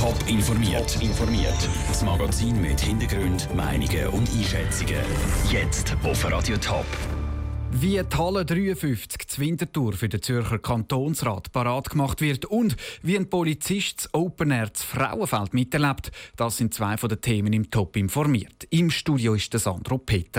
Top informiert. Das Magazin mit Hintergrund, Meinungen und Einschätzungen. Jetzt auf Radio Top. Wie die Halle 53 zur Winterthur für den Zürcher Kantonsrat parat gemacht wird und wie ein Polizist das Open Air zu Frauenfeld miterlebt, das sind zwei von den Themen im Top informiert. Im Studio ist der Sandro Peter.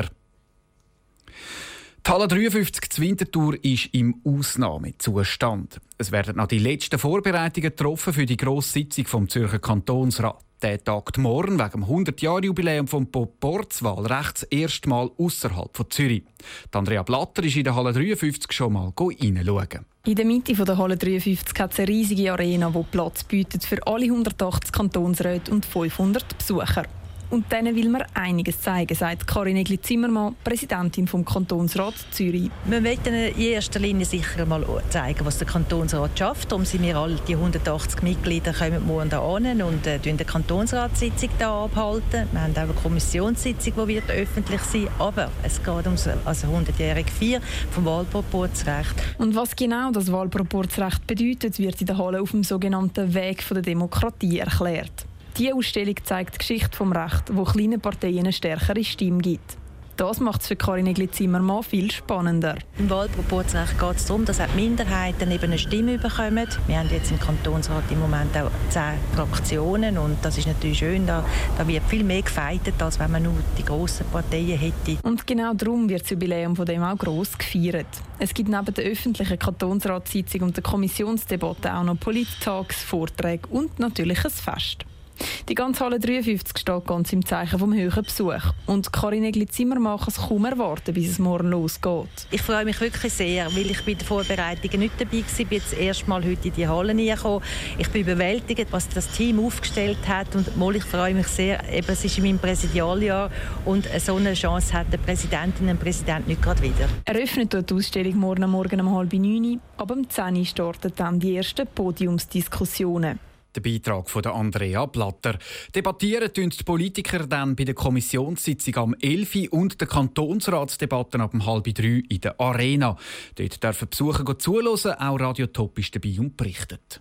Die Halle 53 zur Winterthur ist im Ausnahmezustand. Es werden noch die letzten Vorbereitungen getroffen für die grosse Sitzung vom Zürcher Kantonsrat. Der tagt morgen wegen dem 100-Jahr-Jubiläum vom Proporzwahlrecht das erste Mal ausserhalb von Zürich. Die Andrea Blatter ist in der Halle 53 schon mal reinschauen. In der Mitte der Halle 53 hat es eine riesige Arena, die Platz bietet für alle 180 Kantonsräte und 500 Besucher. Und denen will man einiges zeigen, sagt Karin Egli-Zimmermann, Präsidentin vom Kantonsrat Zürich. Wir möchten in erster Linie sicher mal zeigen, was der Kantonsrat schafft. Darum sind wir alle, die 180 Mitglieder, kommen morgen hier hin und die Kantonsratssitzung hier abhalten. Wir haben auch eine Kommissionssitzung, die wird öffentlich sein. Aber es geht um das 100-jährige Feier vom Wahlproporzrecht. Und was genau das Wahlproporzrecht bedeutet, wird in der Halle auf dem sogenannten Weg der Demokratie erklärt. Diese Ausstellung zeigt die Geschichte des Rechts, wo kleinen Parteien eine stärkere Stimme gibt. Das macht es für Karin Egli-Zimmermann viel spannender. Im Wahlproporzrecht geht es darum, dass auch die Minderheiten eben eine Stimme bekommen. Wir haben jetzt im Kantonsrat im Moment auch 10 Fraktionen und das ist natürlich schön. Da wird viel mehr gefeitet, als wenn man nur die grossen Parteien hätte. Und genau darum wird das Jubiläum von dem auch gross gefeiert. Es gibt neben der öffentlichen Kantonsratssitzung und der Kommissionsdebatte auch noch Polit-Tags, Vorträge und natürlich ein Fest. Die ganze Halle 53 steht ganz im Zeichen vom hohen Besuch. Und Karin Egli-Zimmermann kann es kaum erwarten, bis es morgen losgeht. Ich freue mich wirklich sehr, weil ich bei den Vorbereitungen nicht dabei war. Ich bin jetzt erst mal heute in die Halle reingekommen. Ich bin überwältigt, was das Team aufgestellt hat. Und ich freue mich sehr, eben, es ist in meinem Präsidialjahr und so eine Chance hat der Präsidentin und Präsident nicht gerade wieder. Eröffnet wird die Ausstellung morgen um 8:30 Uhr. Ab 10 Uhr starten dann die ersten Podiumsdiskussionen. Der Beitrag von Andrea Blatter. Debattieren tun die Politiker dann bei der Kommissionssitzung am 11 Uhr und der Kantonsratsdebatten ab 2:30 in der Arena. Dort dürfen Besucher zuhören, auch Radio Top ist dabei und berichtet.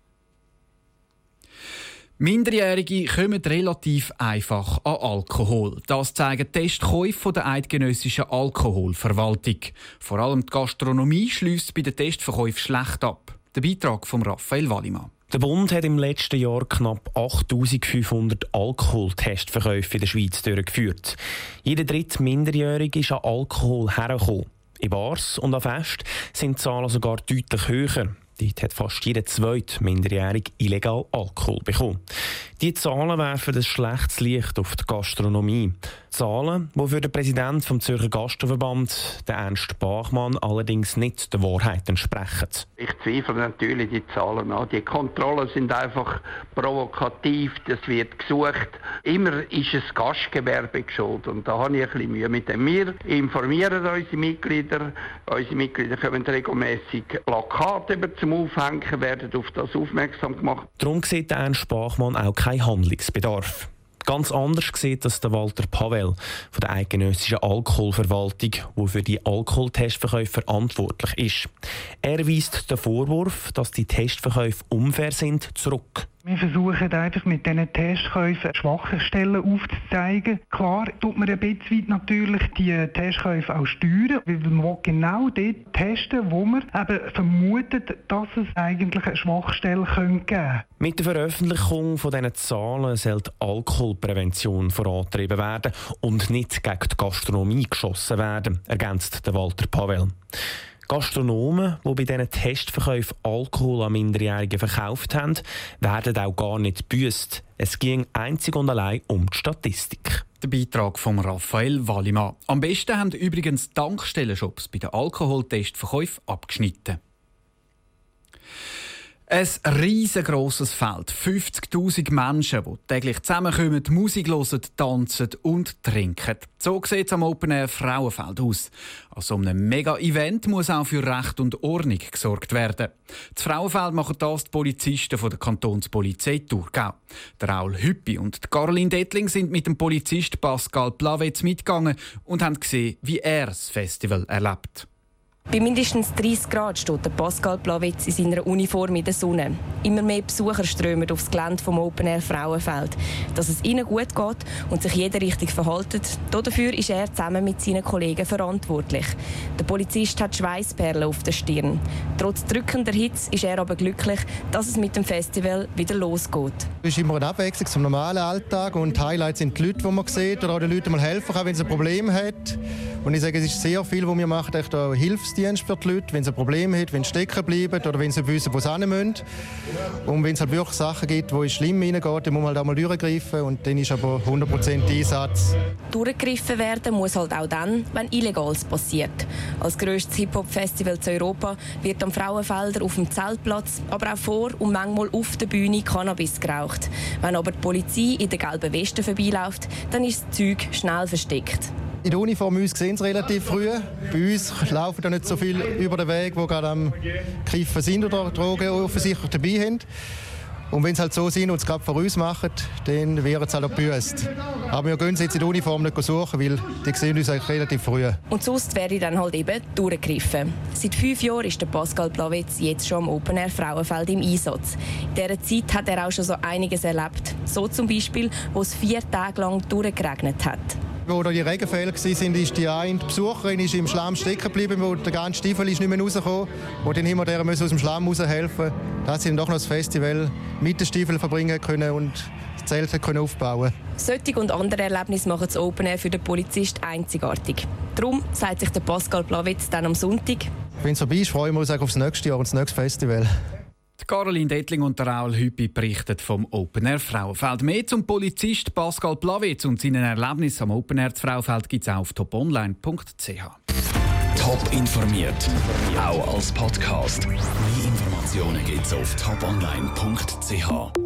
Minderjährige kommen relativ einfach an Alkohol. Das zeigen Testkäufe der eidgenössischen Alkoholverwaltung. Vor allem die Gastronomie schliesst bei den Testverkäufen schlecht ab. Der Beitrag von Raphael Wallimann. Der Bund hat im letzten Jahr knapp 8500 Alkoholtestverkäufe in der Schweiz durchgeführt. Jeder dritte Minderjährige ist an Alkohol hergekommen. In Bars und an Festen sind die Zahlen sogar deutlich höher. Dort hat fast jeder zweite Minderjährige illegal Alkohol bekommen. Die Zahlen werfen ein schlechtes Licht auf die Gastronomie. Zahlen, die für den Präsidenten vom Zürcher Gastroverband, den Ernst Bachmann, allerdings nicht der Wahrheit entsprechen. Ich zweifle natürlich die Zahlen an. Die Kontrollen sind einfach provokativ, das wird gesucht. Immer ist es Gastgewerbe schuld und da habe ich ein bisschen Mühe mit dem. Wir informieren unsere Mitglieder kommen regelmäßig Plakate zum Aufhängen, werden auf das aufmerksam gemacht. Darum sieht der Ernst Bachmann auch keinen Handlungsbedarf. Ganz anders sieht das der Walter Pavel von der eidgenössischen Alkoholverwaltung, der für die Alkoholtestverkäufe verantwortlich ist. Er weist den Vorwurf, dass die Testverkäufe unfair sind, zurück. Wir versuchen einfach mit diesen Testkäufen schwache Stellen aufzuzeigen. Klar tut man ein bisschen weit natürlich die Testkäufe auch steuern, weil man will genau dort testen, wo man eben vermutet, dass es eigentlich eine Schwachstelle geben könnte. Mit der Veröffentlichung von diesen Zahlen soll die Alkoholprävention vorangetrieben werden und nicht gegen die Gastronomie geschossen werden, ergänzt der Walter Pavel. Gastronomen, die bei diesen Testverkäufen Alkohol an Minderjährigen verkauft haben, werden auch gar nicht gebüsst. Es ging einzig und allein um die Statistik. Der Beitrag von Raphael Wallimann. Am besten haben übrigens Tankstellenshops bei den Alkoholtestverkäufen abgeschnitten. Ein riesengroßes Feld, 50'000 Menschen, die täglich zusammenkommen, Musik hören, tanzen und trinken. So sieht es am Open Air Frauenfeld aus. An so einem Mega-Event muss auch für Recht und Ordnung gesorgt werden. Das Frauenfeld machen das die Polizisten von der Kantonspolizei Thurgau. Der Raul Hüppi und die Caroline Dettling sind mit dem Polizist Pascal Plavetz mitgegangen und haben gesehen, wie er das Festival erlebt. Bei mindestens 30 Grad steht der Pascal Plawetz in seiner Uniform in der Sonne. Immer mehr Besucher strömen aufs Gelände vom Open Air Frauenfeld. Dass es ihnen gut geht und sich jeder richtig verhält, dafür ist er zusammen mit seinen Kollegen verantwortlich. Der Polizist hat Schweißperlen auf der Stirn. Trotz drückender Hitze ist er aber glücklich, dass es mit dem Festival wieder losgeht. Es ist immer eine Abwechslung zum normalen Alltag und Highlights sind die Leute, die man sieht, oder auch den Leuten mal helfen kann, wenn sie ein Problem haben. Und ich sage, es ist sehr viel, was wir machen, echt auch Hilfsdienst für die Leute, wenn sie ein Problem haben, wenn sie stecken bleiben oder wenn sie wissen, wo sie hin müssen. Und wenn es halt wirklich Sachen gibt, wo es schlimm reingeht, dann muss man halt auch mal durchgreifen und dann ist aber 100% Einsatz. Durchgegriffen werden muss halt auch dann, wenn Illegales passiert. Als grösstes Hip-Hop-Festival zu Europa wird am Frauenfelder auf dem Zeltplatz, aber auch vor und manchmal auf der Bühne Cannabis geraucht. Wenn aber die Polizei in der gelben Weste vorbeiläuft, dann ist das Zeug schnell versteckt. In der Uniform uns sehen sie relativ früh. Bei uns laufen da nicht so viel über den Weg, die gerade am Kiffen sind oder Drogen offensichtlich dabei haben. Und wenn sie halt so sind und es gerade vor uns machen, dann wären sie halt auch gebüßt. Aber wir gehen sie jetzt in der Uniform nicht suchen, weil die sehen uns eigentlich relativ früh. Und sonst wäre ich dann halt eben durchgegriffen. Seit 5 Jahren ist der Pascal Plawetz jetzt schon am Open Air Frauenfeld im Einsatz. In dieser Zeit hat er auch schon so einiges erlebt. So zum Beispiel, wo es 4 Tage lang durchgeregnet hat. Wo da die Regenfälle waren, ist die eine Besucherin ist im Schlamm stecken geblieben, wo der ganze Stiefel ist nicht mehr rausgekommen. Und dann mussten wir der aus dem Schlamm raushelfen, dass sie dann doch noch das Festival mit den Stiefeln verbringen können und das Zelt können aufbauen. Solche und andere Erlebnisse machen das Open Air für den Polizist einzigartig. Darum sagt sich der Pascal Plawetz dann am Sonntag: Wenn es vorbei ist, freuen wir uns auf das nächste Jahr und das nächste Festival. Caroline Dettling und der Raul Hüppi berichten vom Open Air Frauenfeld. Mehr zum Polizist Pascal Plawetz und seinen Erlebnissen am Open Air Frauenfeld gibt es auch auf toponline.ch. Top informiert, auch als Podcast. Mehr Informationen gibt es auf toponline.ch.